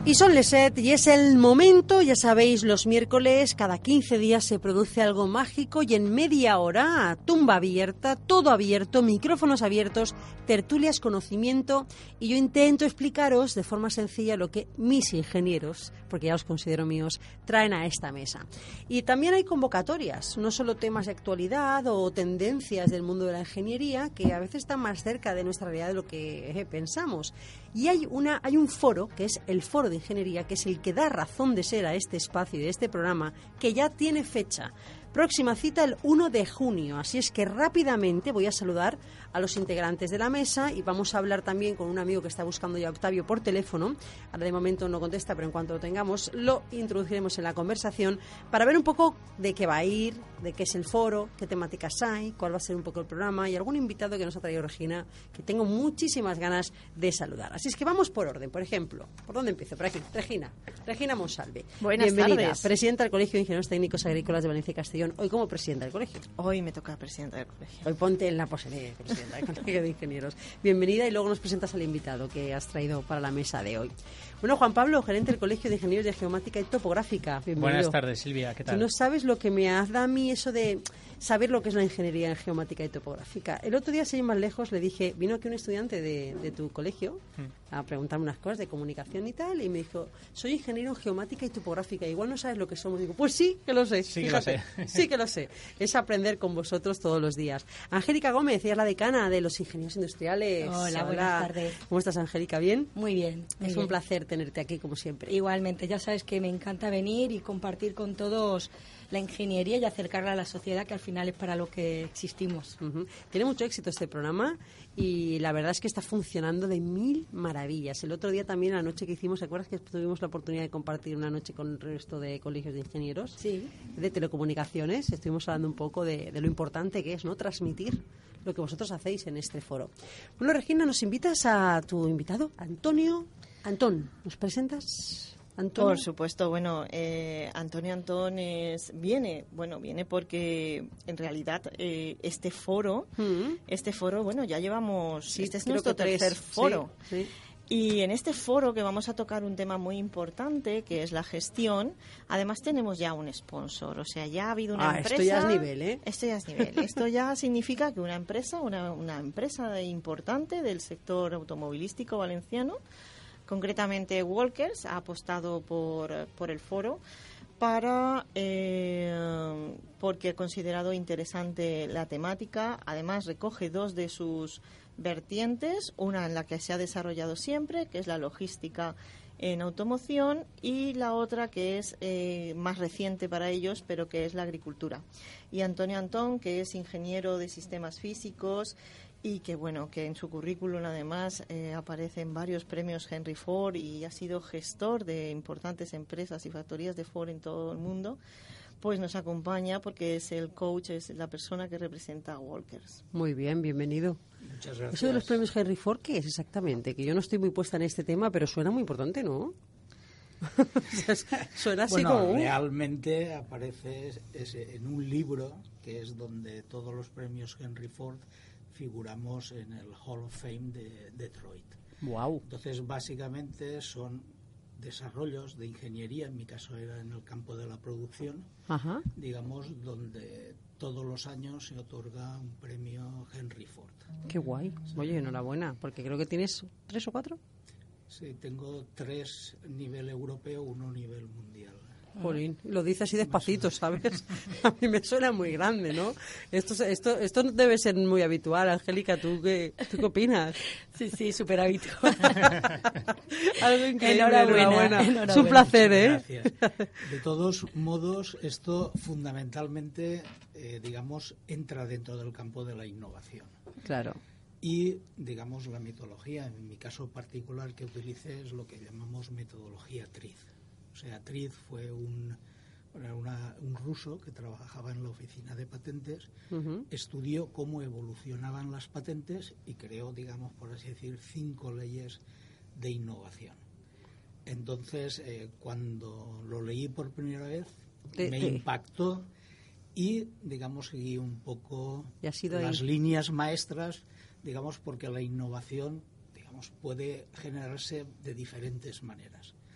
Y son les 7 y es el momento, ya sabéis, los miércoles cada 15 días se produce algo mágico y en media hora, tumba abierta, todo abierto, micrófonos abiertos, tertulias, conocimiento, y yo intento explicaros de forma sencilla lo que mis ingenieros, porque ya os considero míos, traen a esta mesa. Y también hay convocatorias, no solo temas de actualidad o tendencias del mundo de la ingeniería, que a veces están más cerca de nuestra realidad de lo que pensamos. Y hay un foro, que es el Foro de Ingeniería, que es el que da razón de ser a este espacio y de este programa, que ya tiene fecha. Próxima cita el 1 de junio, así es que rápidamente voy a saludar a los integrantes de la mesa y vamos a hablar también con un amigo que está buscando ya a Octavio por teléfono. Ahora de momento no contesta, pero en cuanto lo tengamos lo introduciremos en la conversación para ver un poco de qué va a ir, de qué es el foro, qué temáticas hay, cuál va a ser un poco el programa y algún invitado que nos ha traído Regina, que tengo muchísimas ganas de saludar. Así es que vamos por orden, por ejemplo. ¿Por dónde empiezo? Por aquí. Regina Monsalve. Buenas Bienvenida, tardes. Presidenta del Colegio de Ingenieros Técnicos Agrícolas de Valencia y Castellón. Hoy como presidenta del colegio. Hoy me toca presidenta del colegio. Hoy ponte en la posición de presidenta del Colegio de Ingenieros. Bienvenida y luego nos presentas al invitado que has traído para la mesa de hoy. Bueno, Juan Pablo, gerente del Colegio de Ingenieros de Geomática y Topográfica. Bienvenido. Buenas tardes, Silvia. ¿Qué tal? Tú no sabes lo que me da a mí eso de saber lo que es la ingeniería en geomática y topográfica. El otro día, sin ir más lejos, le dije, vino aquí un estudiante de tu colegio a preguntarme unas cosas de comunicación y tal, y me dijo, soy ingeniero en geomática y topográfica, igual no sabes lo que somos. Digo, pues sí, que lo sé. Sí, fíjate, que lo sé. Sí que lo sé. Es aprender con vosotros todos los días. Angélica Gómez, ella es la decana de los ingenieros industriales. Hola, buenas tardes. ¿Cómo estás, Angélica? ¿Bien? Muy bien. Es un placer tenerte aquí, como siempre. Igualmente, ya sabes que me encanta venir y compartir con todos la ingeniería y acercarla a la sociedad, que al final es para lo que existimos. Tiene mucho éxito este programa y la verdad es que está funcionando de mil maravillas. El otro día también, la noche que hicimos, ¿te acuerdas que tuvimos la oportunidad de compartir una noche con el resto de colegios de ingenieros? Sí. De telecomunicaciones. Estuvimos hablando un poco de lo importante que es, ¿no?, transmitir lo que vosotros hacéis en este foro. Bueno, Regina, nos invitas a tu invitado, Antonio. Antón, ¿nos presentas? Antonio. Por supuesto, bueno, Antonio Antón viene porque en realidad este foro, bueno, ya llevamos, Sí, este es creo nuestro que 3. tercer foro. Sí. Y en este foro que vamos a tocar un tema muy importante, que es la gestión, además tenemos ya un sponsor, o sea, ya ha habido una empresa... Esto ya es nivel, ¿eh? Esto ya es nivel. Esto ya significa que una empresa importante del sector automovilístico valenciano, concretamente Walkers, ha apostado por el foro porque ha considerado interesante la temática. Además, recoge 2 de sus vertientes, una en la que se ha desarrollado siempre, que es la logística en automoción, y la otra que es más reciente para ellos, pero que es la agricultura. Y Antonio Antón, que es ingeniero de sistemas físicos y que en su currículum además aparecen varios premios Henry Ford y ha sido gestor de importantes empresas y factorías de Ford en todo el mundo, pues nos acompaña porque es el coach, es la persona que representa a Walkers. Muy bien, bienvenido. Muchas gracias. Eso de los premios Henry Ford, ¿qué es exactamente? Que yo no estoy muy puesta en este tema, pero suena muy importante, ¿no? Suena así como... Realmente aparece en un libro que es donde todos los premios Henry Ford figuramos en el Hall of Fame de Detroit. Wow. Entonces, básicamente son desarrollos de ingeniería, en mi caso era en el campo de la producción, digamos, donde todos los años se otorga un premio Henry Ford. Qué guay. Oye, enhorabuena, porque creo que tienes 3 o 4. Sí, tengo 3 a nivel europeo, 1 a nivel mundial. Jolín, lo dice así despacito, ¿sabes? A mí me suena muy grande, ¿no? Esto debe ser muy habitual. Angélica, ¿tú qué opinas? Sí, súper habitual. Algo increíble. Enhorabuena. Es un placer, ¿eh? Gracias. De todos modos, esto fundamentalmente, digamos, entra dentro del campo de la innovación. Claro. Y, digamos, la metodología, en mi caso particular que utilicé, es lo que llamamos metodología TRIZ. O sea, TRIZ fue un ruso que trabajaba en la oficina de patentes, estudió cómo evolucionaban las patentes y creó, digamos, por así decir, 5 leyes de innovación. Entonces, cuando lo leí por primera vez, me impactó y, digamos, seguí un poco las líneas maestras, digamos, porque la innovación, digamos, puede generarse de diferentes maneras.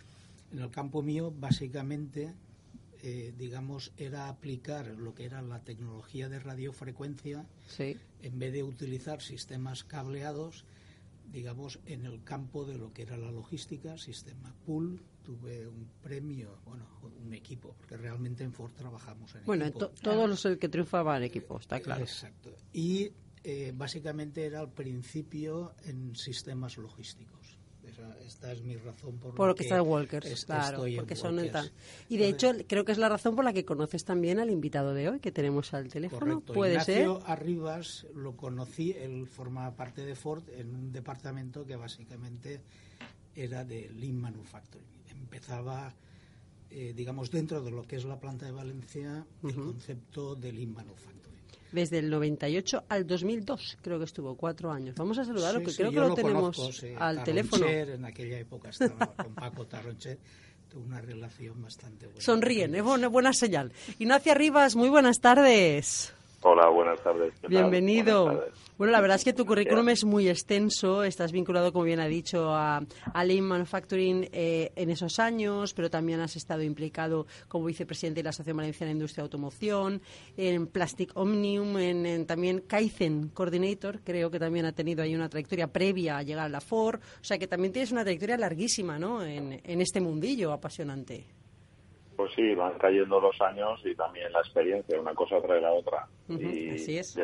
En el campo mío, básicamente, digamos, era aplicar lo que era la tecnología de radiofrecuencia, Sí. en vez de utilizar sistemas cableados, digamos, en el campo de lo que era la logística, sistema pool. Tuve un premio, bueno, un equipo, porque realmente en Ford trabajamos en Bueno, equipo. todos los que triunfaban en equipo, está claro. Exacto. Y básicamente era al principio en sistemas logísticos. Esta es mi razón por lo que está en Walkers, claro, porque son tal. Y de hecho, creo que es la razón por la que conoces también al invitado de hoy, que tenemos al teléfono. Correcto. ¿Puede Ignacio ser? Arribas lo conocí, él formaba parte de Ford en un departamento que básicamente era de Lean Manufacturing. Empezaba, digamos, dentro de lo que es la planta de Valencia, el concepto de Lean Manufacturing. Desde el 98 al 2002, creo que estuvo 4 años. Vamos a saludarlo, que creo que yo lo tenemos conozco, al Tarroncher, teléfono. En aquella época estaba con Paco Tarroncher, tuve una relación bastante buena. Sonríen, es buena señal. Ignacio Arribas, muy buenas tardes. Hola, buenas tardes. Bienvenido. Buenas tardes. Bueno, la verdad es que tu currículum es muy extenso, estás vinculado, como bien ha dicho, a Lean Manufacturing en esos años, pero también has estado implicado como vicepresidente de la Asociación Valenciana de Industria de Automoción, en Plastic Omnium, en también Kaizen Coordinator, creo que también ha tenido ahí una trayectoria previa a llegar a la Ford, o sea que también tienes una trayectoria larguísima, ¿no?, en este mundillo apasionante. Pues sí, van cayendo los años y también la experiencia, una cosa trae la otra. Y así es.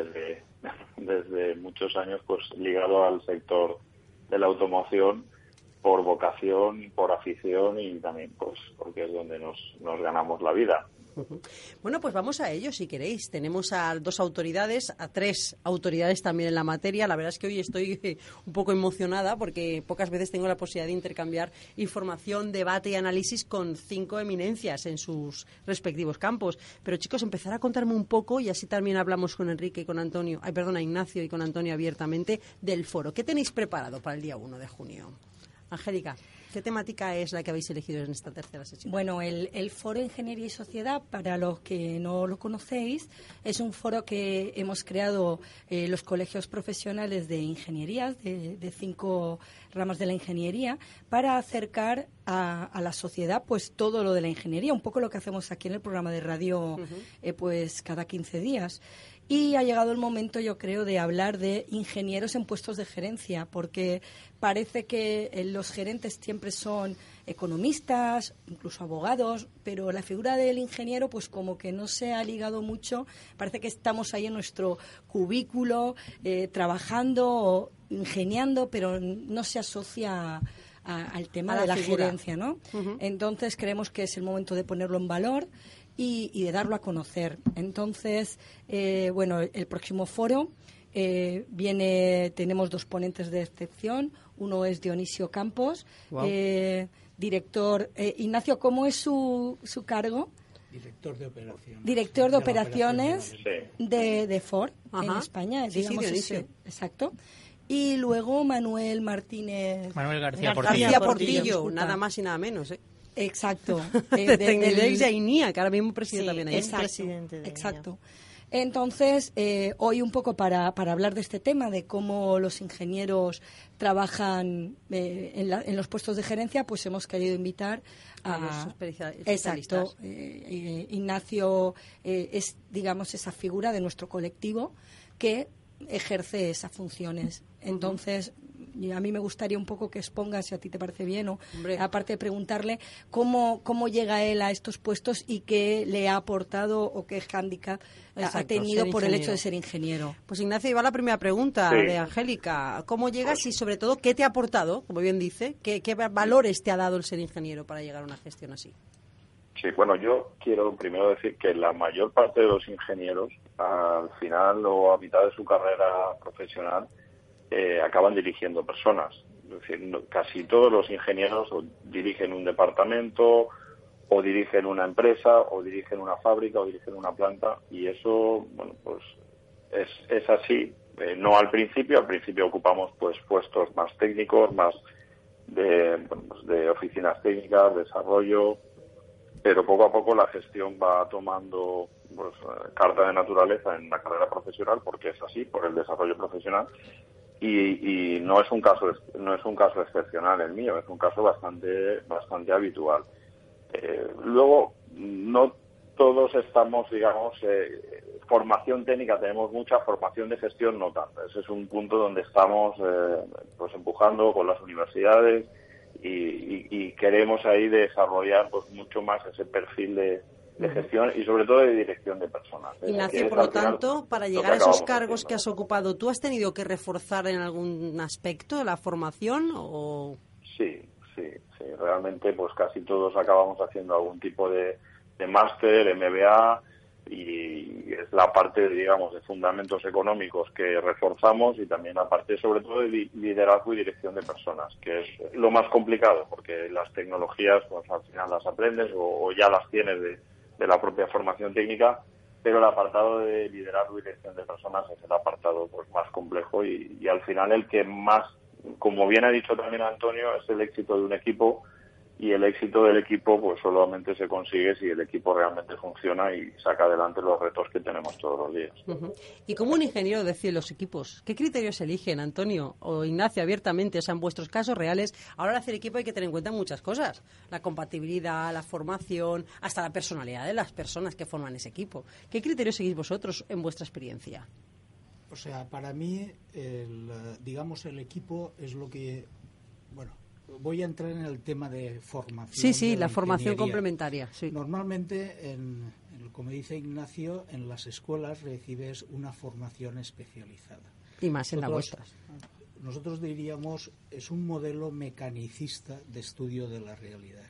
Desde muchos años pues ligado al sector de la automoción por vocación, por afición y también pues porque es donde nos ganamos la vida. Bueno, pues vamos a ello, si queréis. Tenemos a 2 autoridades, a 3 autoridades también en la materia. La verdad es que hoy estoy un poco emocionada porque pocas veces tengo la posibilidad de intercambiar información, debate y análisis con 5 eminencias en sus respectivos campos. Pero chicos, empezar a contarme un poco y así también hablamos con Enrique y con Antonio, Ignacio y con Antonio abiertamente del foro. ¿Qué tenéis preparado para el día 1 de junio? Angélica, ¿qué temática es la que habéis elegido en esta tercera sesión? Bueno, el Foro Ingeniería y Sociedad, para los que no lo conocéis, es un foro que hemos creado los colegios profesionales de ingenierías, de 5 ramas de la ingeniería, para acercar a la sociedad pues todo lo de la ingeniería, un poco lo que hacemos aquí en el programa de radio pues cada 15 días. Y ha llegado el momento, yo creo, de hablar de ingenieros en puestos de gerencia, porque parece que los gerentes siempre son economistas, incluso abogados, pero la figura del ingeniero, pues como que no se ha ligado mucho. Parece que estamos ahí en nuestro cubículo, trabajando o ingeniando, pero no se asocia al tema de la gerencia, ¿no? Entonces creemos que es el momento de ponerlo en valor y de darlo a conocer. Entonces, bueno, el próximo foro tenemos 2 ponentes de excepción. Uno es Dionisio Campos, director. Ignacio, ¿cómo es su cargo? Director de operaciones. Director de operaciones de Ford en España. Sí, digamos, Dionisio. Exacto. Y luego Manuel García Portillo, nada más y nada menos, ¿eh? Exacto. de Tecnidex y INIA, que ahora mismo preside también ahí. Exacto. Entonces, hoy un poco para hablar de este tema, de cómo los ingenieros trabajan en los puestos de gerencia, pues hemos querido invitar a los especialistas. Exacto. Ignacio es, digamos, esa figura de nuestro colectivo que ejerce esas funciones. Entonces, y a mí me gustaría un poco que expongas, si a ti te parece bien, o aparte de preguntarle cómo llega él a estos puestos y qué le ha aportado o qué hándicap ha tenido por el hecho de ser ingeniero. Pues Ignacio, iba la primera pregunta de Angélica. ¿Cómo llegas y sobre todo qué te ha aportado, como bien dice, qué valores te ha dado el ser ingeniero para llegar a una gestión así? Sí, bueno, yo quiero primero decir que la mayor parte de los ingenieros al final o a mitad de su carrera profesional acaban dirigiendo personas. Es decir, casi todos los ingenieros o dirigen un departamento, o dirigen una empresa, o dirigen una fábrica, o dirigen una planta, y eso, bueno, pues es así. No al principio ocupamos pues puestos más técnicos, más de oficinas técnicas, desarrollo, pero poco a poco la gestión va tomando pues carta de naturaleza en la carrera profesional, porque es así, por el desarrollo profesional. Y no es un caso excepcional el mío, es un caso bastante habitual. Luego, no todos estamos, digamos, formación técnica, tenemos mucha formación de gestión, no tanta. Ese es un punto donde estamos pues empujando con las universidades y queremos ahí desarrollar pues mucho más ese perfil de gestión y sobre todo de dirección de personas. Ignacio, por lo tanto, para llegar a esos cargos que has ocupado, ¿tú has tenido que reforzar en algún aspecto de la formación o...? Sí. Realmente, pues casi todos acabamos haciendo algún tipo de máster, MBA, y es la parte, digamos, de fundamentos económicos que reforzamos y también la parte, sobre todo, de liderazgo y dirección de personas, que es lo más complicado, porque las tecnologías, pues al final las aprendes o ya las tienes de la propia formación técnica, pero el apartado de liderazgo y dirección de personas es el apartado pues más complejo y al final el que más, como bien ha dicho también Antonio, es el éxito de un equipo, y el éxito del equipo pues solamente se consigue si el equipo realmente funciona y saca adelante los retos que tenemos todos los días. Y como un ingeniero decide los equipos, ¿qué criterios eligen, Antonio o Ignacio, abiertamente? O sea, en vuestros casos reales, a la hora de hacer equipo hay que tener en cuenta muchas cosas. La compatibilidad, la formación, hasta la personalidad de las personas que forman ese equipo. ¿Qué criterios seguís vosotros en vuestra experiencia? O sea, para mí, el equipo es lo que... Bueno, voy a entrar en el tema de formación. Sí, la formación complementaria. Sí. Normalmente, como dice Ignacio, en las escuelas recibes una formación especializada. Y más en la vuestra. Nosotros diríamos, es un modelo mecanicista de estudio de la realidad.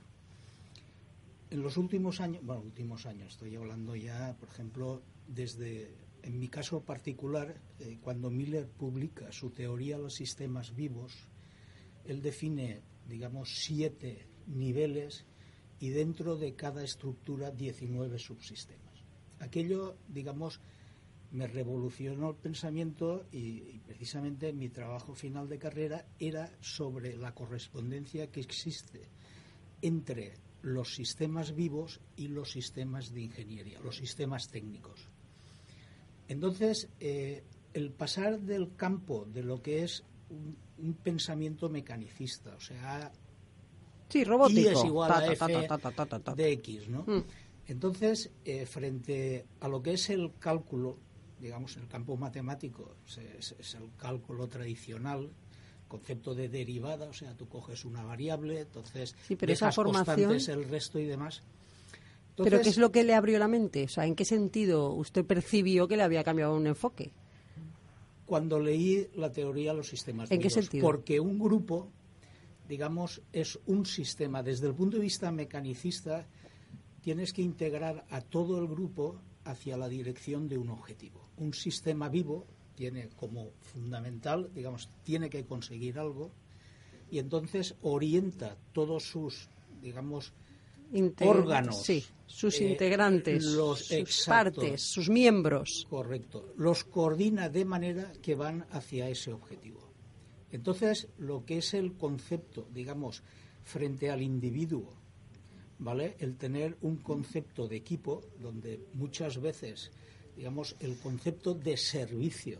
En los últimos años, estoy hablando ya, por ejemplo, en mi caso particular, cuando Miller publica su teoría de los sistemas vivos, él define, digamos, 7 niveles y dentro de cada estructura 19 subsistemas. Aquello, digamos, me revolucionó el pensamiento y precisamente mi trabajo final de carrera era sobre la correspondencia que existe entre los sistemas vivos y los sistemas de ingeniería, los sistemas técnicos. Entonces, el pasar del campo de lo que es un pensamiento mecanicista, o sea, robótico, Y es igual a F de X, ¿no? Entonces, frente a lo que es el cálculo, digamos, en el campo matemático, es el cálculo tradicional, concepto de derivada, o sea, tú coges una variable, entonces dejas constantes el resto y demás. Entonces, ¿pero qué es lo que le abrió la mente? O sea, ¿en qué sentido usted percibió que le había cambiado un enfoque? Cuando leí la teoría de los sistemas vivos. ¿En qué sentido? Porque un grupo, digamos, es un sistema. Desde el punto de vista mecanicista, tienes que integrar a todo el grupo hacia la dirección de un objetivo. Un sistema vivo tiene como fundamental, digamos, tiene que conseguir algo y entonces orienta todos sus, digamos, órganos. Sí, sus integrantes, sus partes, sus miembros. Correcto. Los coordina de manera que van hacia ese objetivo. Entonces, lo que es el concepto, digamos, frente al individuo, ¿vale? El tener un concepto de equipo, donde muchas veces, digamos, el concepto de servicio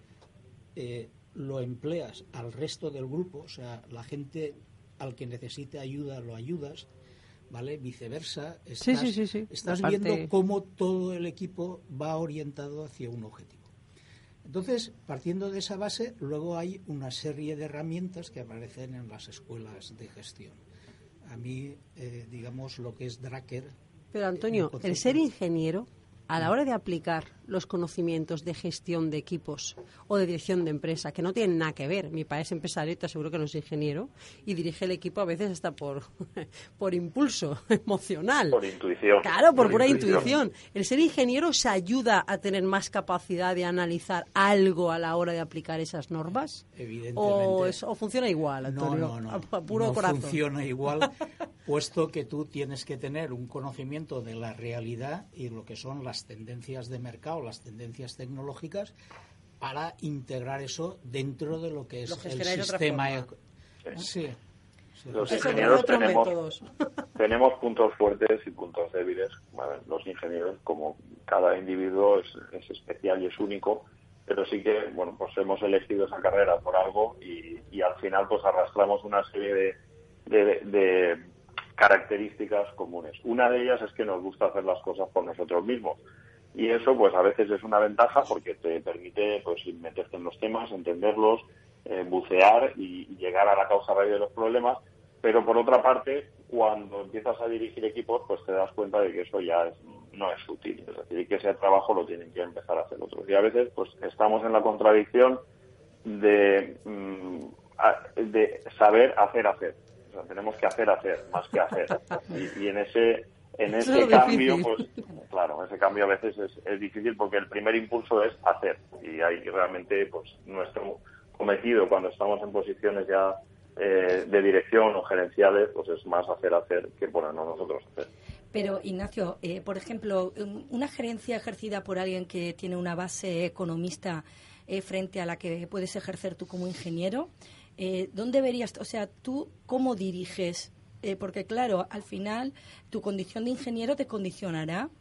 lo empleas al resto del grupo, o sea, la gente al que necesite ayuda lo ayudas, ¿vale? Viceversa, estás viendo cómo todo el equipo va orientado hacia un objetivo. Entonces, partiendo de esa base, luego hay una serie de herramientas que aparecen en las escuelas de gestión. A mí, digamos, lo que es Drucker... Pero, Antonio, el ser ingeniero, a la hora de aplicar los conocimientos de gestión de equipos o de dirección de empresa, que no tienen nada que ver, mi padre es empresario y te aseguro que no es ingeniero, y dirige el equipo a veces hasta por impulso emocional. Por intuición. Claro, por pura intuición. ¿El ser ingeniero se ayuda a tener más capacidad de analizar algo a la hora de aplicar esas normas? Evidentemente. ¿O funciona igual, Antonio? No. A puro corazón. Funciona igual, puesto que tú tienes que tener un conocimiento de la realidad y lo que son las tendencias de mercado, las tendencias tecnológicas, para integrar eso dentro de lo que es el sistema. Los ingenieros tenemos puntos fuertes y puntos débiles. Bueno, los ingenieros, como cada individuo es especial y es único, pero sí que, bueno, pues hemos elegido esa carrera por algo y al final pues arrastramos una serie de características comunes. Una de ellas es que nos gusta hacer las cosas por nosotros mismos. Y eso, pues a veces es una ventaja porque te permite, pues, meterte en los temas, entenderlos, bucear y llegar a la causa raíz de los problemas. Pero por otra parte, cuando empiezas a dirigir equipos, pues te das cuenta de que eso ya no es útil. Es decir, que ese trabajo lo tienen que empezar a hacer otros. Y a veces, pues, estamos en la contradicción de saber hacer. O sea, tenemos que hacer más que hacer. Y en ese cambio, pues, claro, ese cambio a veces es difícil porque el primer impulso es hacer. Y ahí realmente, pues, nuestro cometido cuando estamos en posiciones ya de dirección o gerenciales, pues es más hacer que ponernos nosotros a hacer. Pero, Ignacio, por ejemplo, una gerencia ejercida por alguien que tiene una base economista frente a la que puedes ejercer tú como ingeniero, ¿dónde verías, o sea, tú cómo diriges? Porque, claro, al final tu condición de ingeniero te condicionará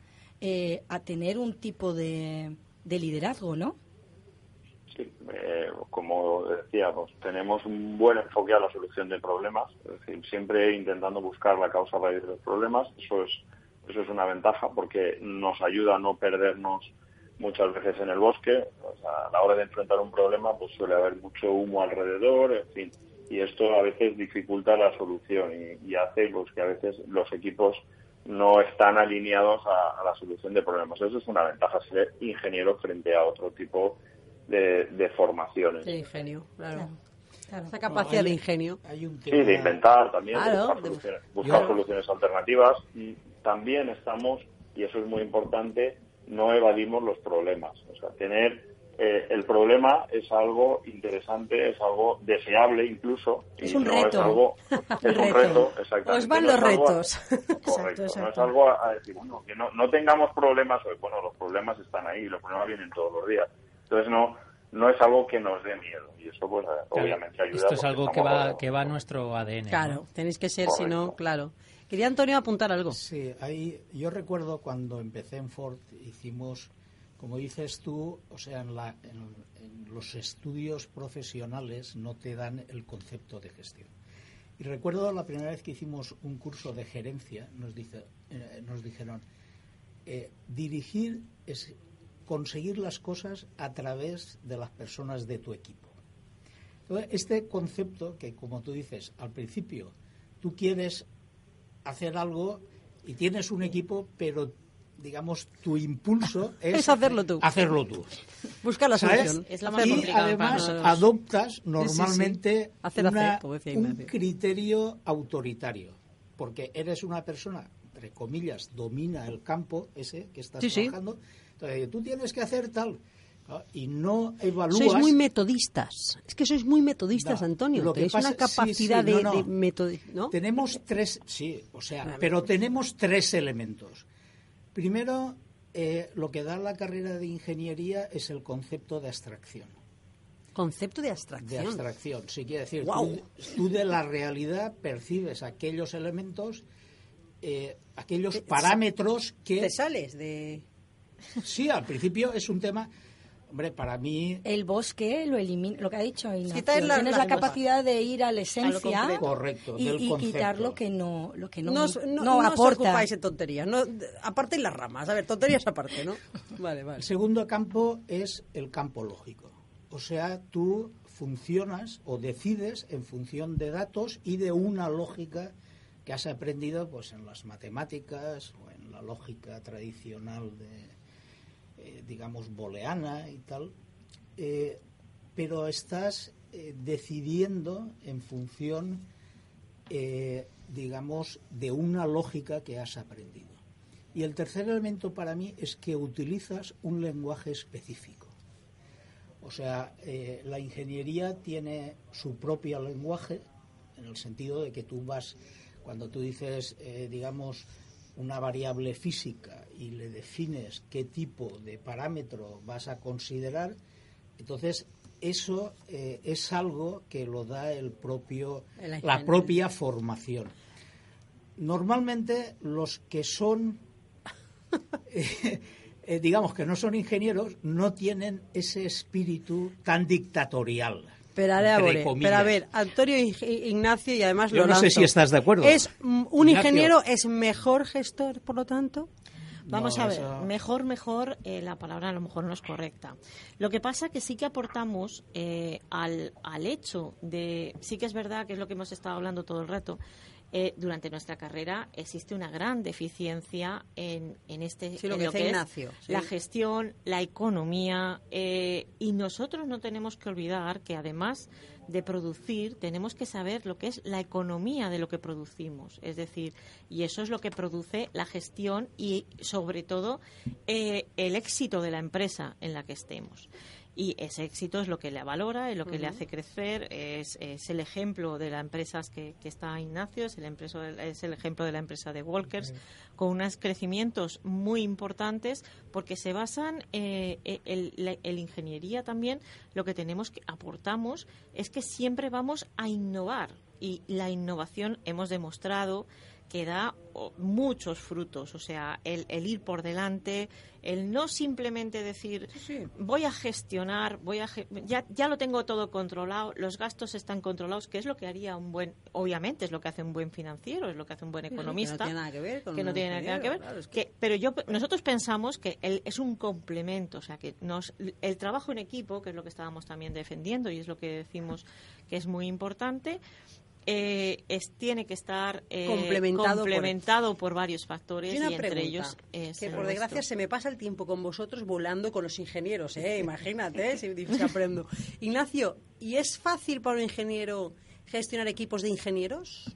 a tener un tipo de liderazgo, ¿no? Sí, como decíamos, tenemos un buen enfoque a la solución de problemas, es decir, siempre intentando buscar la causa raíz de los problemas. Eso es una ventaja porque nos ayuda a no perdernos muchas veces en el bosque. O sea, a la hora de enfrentar un problema, pues suele haber mucho humo alrededor, en fin, y esto a veces dificulta la solución y hace, pues, que a veces los equipos no están alineados a la solución de problemas. Eso es una ventaja, ser ingeniero frente a otro tipo de formaciones. De ingenio, claro. Claro. Esa capacidad de ingenio. Hay un Sí, tema, de inventar también, Claro, de buscar soluciones alternativas. Y también estamos, y eso es muy importante, no evadimos los problemas. O sea, tener el problema es algo interesante, es algo deseable incluso. Es y un no reto. Es algo, es un reto, exactamente. Os van No los es algo retos. correcto, Exacto. no es algo a decir, bueno, que no tengamos problemas hoy. Bueno, los problemas están ahí, los problemas vienen todos los días. Entonces no es algo que nos dé miedo. Y eso, pues, obviamente ayuda. Esto es algo que va a a nuestro ADN. Claro, ¿no? tenéis que ser, Correcto. si no, claro. Quería, Antonio, apuntar algo. Sí, yo recuerdo cuando empecé en Ford, hicimos, como dices tú, o sea, en los estudios profesionales no te dan el concepto de gestión. Y recuerdo la primera vez que hicimos un curso de gerencia, nos dijeron, dirigir es conseguir las cosas a través de las personas de tu equipo. Entonces, este concepto que, como tú dices, al principio tú quieres hacer algo y tienes un equipo, pero, digamos, tu impulso es hacerlo tú. Hacerlo tú. Busca la ¿Sabes? solución. Es la más Y complicada además para nosotros. adoptas normalmente Hacer, como decía un Ignacio. criterio autoritario, porque eres una persona, entre comillas, domina el campo ese que estás trabajando. Entonces, tú tienes que hacer tal, ¿no? Y no evalúas. Sois muy metodistas. Es que sois muy metodistas, No, Antonio. lo que Tenéis pasa- una capacidad sí, no. de metodismo, ¿no? Tenemos pero tenemos tres elementos. Primero, lo que da la carrera de ingeniería es el concepto de abstracción. Concepto de abstracción. De abstracción, sí, quiere decir, ¡Guau! tú de la realidad percibes aquellos elementos, aquellos parámetros que... Te sales de... Sí, al principio es un tema... Hombre, para mí... El bosque lo elimina, lo que ha dicho Ignacio. Quitar la Tienes la cosa. capacidad de ir a la esencia concreto. Correcto, y del concepto. quitar lo que no No os aporta. ocupáis en tonterías. No, aparte las ramas. A ver, tonterías aparte, ¿no? Vale. El segundo campo es el campo lógico. O sea, tú funcionas o decides en función de datos y de una lógica que has aprendido, pues, en las matemáticas o en la lógica tradicional de, digamos, booleana y tal, pero estás decidiendo en función, digamos, de una lógica que has aprendido. Y el tercer elemento para mí es que utilizas un lenguaje específico. O sea, la ingeniería tiene su propio lenguaje, en el sentido de que tú vas, cuando tú dices, digamos, una variable física y le defines qué tipo de parámetro vas a considerar, entonces eso es algo que lo da la propia formación. Normalmente los que son digamos que no son ingenieros no tienen ese espíritu tan dictatorial. Esperaré a entre ver, comillas. pero a ver, Antonio Ignacio, y además Yo lo no sé lanzo. si estás de acuerdo. ¿Es un Ignacio. ingeniero es mejor gestor, por lo tanto? Vamos No, a ver, eso- mejor, la palabra a lo mejor no es correcta. Lo que pasa que sí que aportamos al hecho de, sí que es verdad que es lo que hemos estado hablando todo el rato, durante nuestra carrera existe una gran deficiencia en Sí, lo en que lo dice que es Ignacio, sí. la gestión, la economía, y nosotros no tenemos que olvidar que además de producir tenemos que saber lo que es la economía de lo que producimos, es decir, y eso es lo que produce la gestión y sobre todo el éxito de la empresa en la que estemos. Y ese éxito es lo que le valora, es lo que le hace crecer, es el ejemplo de las empresas que está Ignacio, es el ejemplo de la empresa de Walkers, con unos crecimientos muy importantes, porque se basan el ingeniería también, lo que aportamos es que siempre vamos a innovar, y la innovación hemos demostrado que da muchos frutos, o sea, el ir por delante, el no simplemente decir voy a gestionar, ya lo tengo todo controlado, los gastos están controlados, que es lo que haría obviamente es lo que hace un buen financiero, es lo que hace un buen economista, que no tiene nada que ver con que no un tiene nada que ver, ingeniero, claro, nosotros pensamos que es un complemento, o sea, que el trabajo en equipo, que es lo que estábamos también defendiendo y es lo que decimos que es muy importante, tiene que estar complementado por varios factores, y entre ellos es que el por desgracia nuestro. se me pasa el tiempo con vosotros volando con los ingenieros, imagínate, si aprendo. Ignacio, ¿y es fácil para un ingeniero gestionar equipos de ingenieros?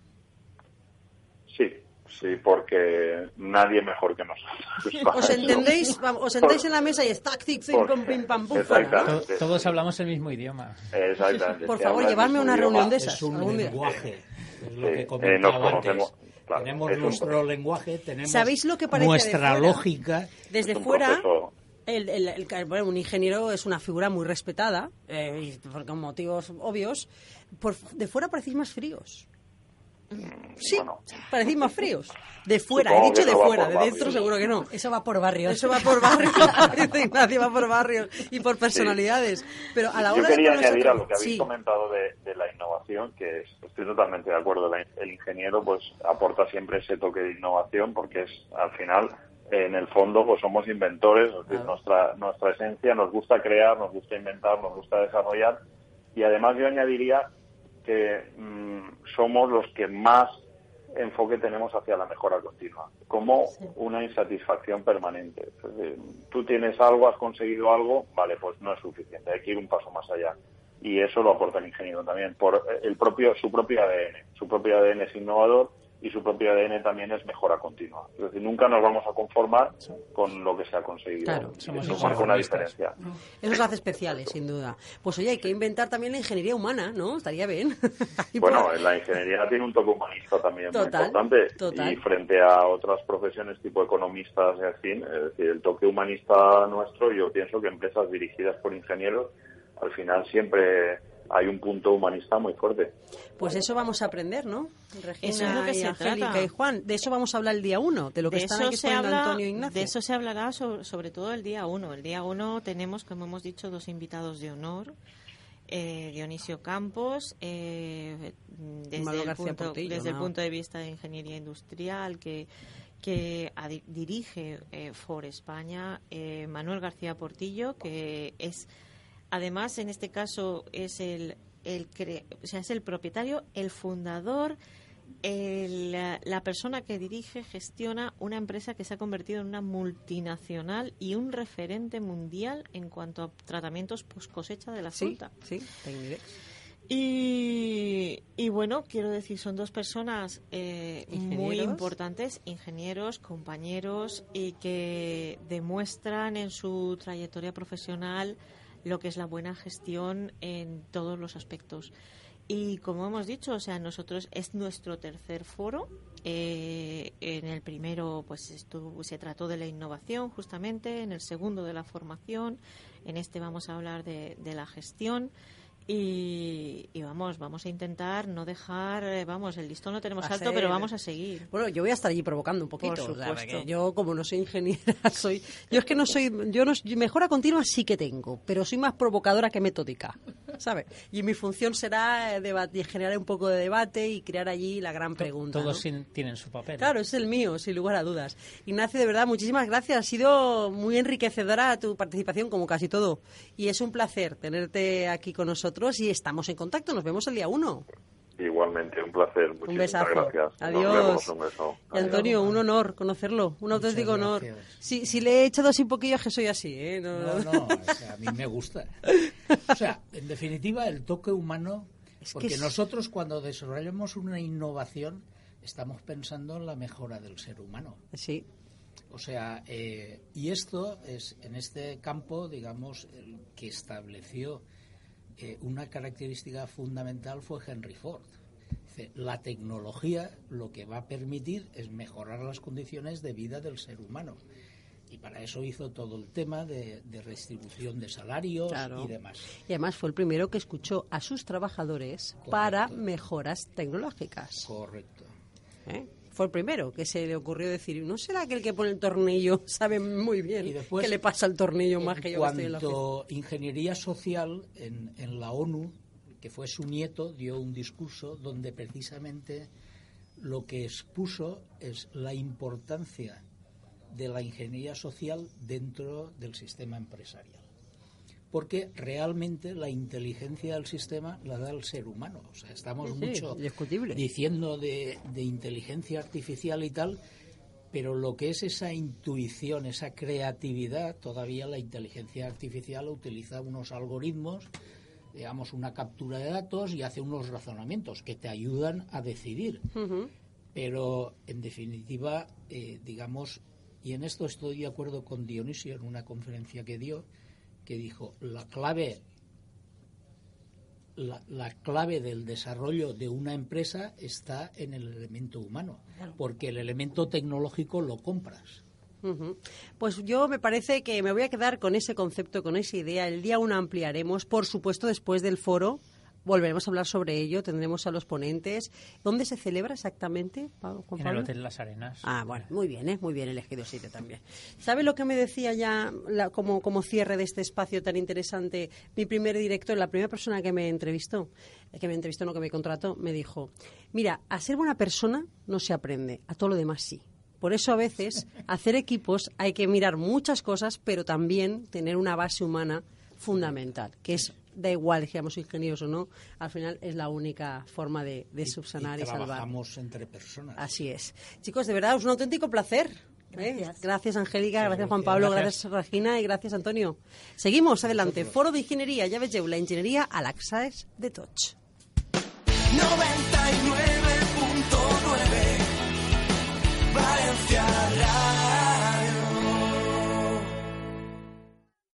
Sí, porque nadie mejor que nosotros. ¿Os entendéis? Os sentáis en la mesa y es tac, tic, pim, pum, pim, pam, pum, fuera, ¿no? Exactamente. Todos hablamos el mismo idioma. Exactamente. Por Se favor, habla el llevarme a mismo una idioma. reunión de esas Es un algún día. lenguaje, es lo Sí, que comentaba nos conocemos, antes. claro, Tenemos es un- nuestro lenguaje, tenemos ¿Sabéis lo que parece nuestra de fuera? lógica. Desde Es un fuera, proceso. bueno, un ingeniero es una figura muy respetada, y por motivos obvios. De fuera parecéis más fríos. Sí, Bueno. parecéis más fríos. De fuera, Supongo he dicho que de eso va fuera, por de dentro barrios. seguro que no. Eso va por barrios. Eso va por barrios, dice Ignacio, va por barrios y por personalidades. Pero a la Yo hora de quería que añadir a nosotros- lo que habéis sí. comentado de la innovación, que estoy totalmente de acuerdo. El ingeniero pues aporta siempre ese toque de innovación, porque es al final, en el fondo, pues somos inventores, es decir, nuestra esencia, nos gusta crear, nos gusta inventar, nos gusta desarrollar, y además yo añadiría que somos los que más enfoque tenemos hacia la mejora continua, como una insatisfacción permanente. Es decir, tú tienes algo, has conseguido algo, vale, pues no es suficiente, hay que ir un paso más allá. Y eso lo aporta el ingeniero también, por su propio ADN. Su propio ADN es innovador y su propio ADN también es mejora continua. Es decir, nunca nos vamos a conformar con lo que se ha conseguido. Claro, Y somos eso marca una inconformistas. diferencia. Eso os hace especiales, sin duda. Pues oye, hay que inventar también la ingeniería humana, ¿no? Estaría bien. Y Bueno, por- la ingeniería tiene un toque humanista también Total, muy importante. total. Y frente a otras profesiones tipo economistas y así, es decir, el toque humanista nuestro, yo pienso que empresas dirigidas por ingenieros, al final siempre hay un punto humanista muy fuerte. Pues eso vamos a aprender, ¿no? Regina Eso es lo que y se Angélica trata. y Juan. De eso vamos a hablar el día 1, de lo que De están eso aquí se exponiendo habla, Antonio e Ignacio. de eso se hablará sobre todo el día 1. El día 1 tenemos, como hemos dicho, 2 invitados de honor. Dionisio Campos, desde, Manuel el García punto, Portillo, desde el ¿no? punto de vista de ingeniería industrial, que dirige FOR España, Manuel García Portillo, que es, además, en este caso, es es el propietario, el fundador, la persona que dirige, gestiona una empresa que se ha convertido en una multinacional y un referente mundial en cuanto a tratamientos post cosecha de la Sí, fruta. sí, Tecnidex. Y bueno, quiero decir, son dos personas muy Ingenieros. importantes, ingenieros, compañeros, y que demuestran en su trayectoria profesional lo que es la buena gestión en todos los aspectos. Y como hemos dicho, o sea, nosotros es nuestro tercer foro. En el primero, pues se trató de la innovación, justamente. En el segundo, de la formación. En este vamos a hablar de la gestión. Y vamos a intentar no dejar, el listón lo tenemos alto, Hacer- pero vamos a seguir. Bueno, yo voy a estar allí provocando un poquito. Por o sea, supuesto. porque yo, como no soy ingeniera, yo es que no soy... Mejora continua sí que tengo, pero soy más provocadora que metódica, ¿sabes? Y mi función será generar un poco de debate y crear allí la gran pregunta, Todos ¿no? tienen su papel. Claro, es el mío, sin lugar a dudas. Ignacio, de verdad, muchísimas gracias. Ha sido muy enriquecedora tu participación, como casi todo. Y es un placer tenerte aquí con nosotros y estamos en contacto. Nos vemos el día 1. Igualmente, un placer. Muchísimas Un besazo. gracias. Adiós. Nos vemos, un beso. Y Antonio, un honor conocerlo, un auténtico honor. gracias. Si le he echado así un poquillo es que soy así, ¿eh? No, o sea, a mí me gusta. O sea, en definitiva, el toque humano, Es que porque es- nosotros cuando desarrollamos una innovación estamos pensando en la mejora del ser humano. Sí, O sea, y esto es, en este campo, digamos, el que estableció una característica fundamental fue Henry Ford. Dice, la tecnología lo que va a permitir es mejorar las condiciones de vida del ser humano. Y para eso hizo todo el tema de redistribución de salarios claro. y demás. Y además fue el primero que escuchó a sus trabajadores Correcto. para mejoras tecnológicas. Correcto. ¿Eh? Fue el primero que se le ocurrió decir, ¿no será que el que pone el tornillo sabe muy bien Y después, qué le pasa al tornillo más que yo que estoy en la oficina? cuanto ingeniería social en la ONU, que fue su nieto, dio un discurso donde precisamente lo que expuso es la importancia de la ingeniería social dentro del sistema empresarial. Porque realmente la inteligencia del sistema la da el ser humano. O sea, estamos Sí, mucho indiscutible. diciendo de inteligencia artificial y tal, pero lo que es esa intuición, esa creatividad, todavía la inteligencia artificial utiliza unos algoritmos, digamos, una captura de datos y hace unos razonamientos que te ayudan a decidir. Ujú. Pero, en definitiva, digamos, y en esto estoy de acuerdo con Dionisio en una conferencia que dio, que dijo, la clave del desarrollo de una empresa está en el elemento humano, porque el elemento tecnológico lo compras. Ujú. Pues yo me parece que me voy a quedar con ese concepto, con esa idea. El día 1 ampliaremos, por supuesto, después del foro. Volveremos a hablar sobre ello, tendremos a los ponentes. ¿Dónde se celebra exactamente, Juan En el Pablo? Hotel Las Arenas. Ah, bueno, muy bien elegido sitio también. ¿Sabe lo que me decía ya como cierre de este espacio tan interesante? Mi primer director, la primera persona que me entrevistó, que me contrató, me dijo, mira, a ser buena persona no se aprende, a todo lo demás sí. Por eso a veces hacer equipos hay que mirar muchas cosas, pero también tener una base humana fundamental, que es, da igual que seamos ingenieros o no, al final es la única forma de subsanar y salvar. Trabajamos entre personas. Así es. Chicos, de verdad, es un auténtico placer. Gracias. Gracias, Angélica, Sí, gracias, Juan gracias. Pablo, Gracias. gracias, Regina y gracias, Antonio. Seguimos adelante. Nosotros. Foro de Ingeniería, ya vegeu, la ingeniería a l'accés de tots. 90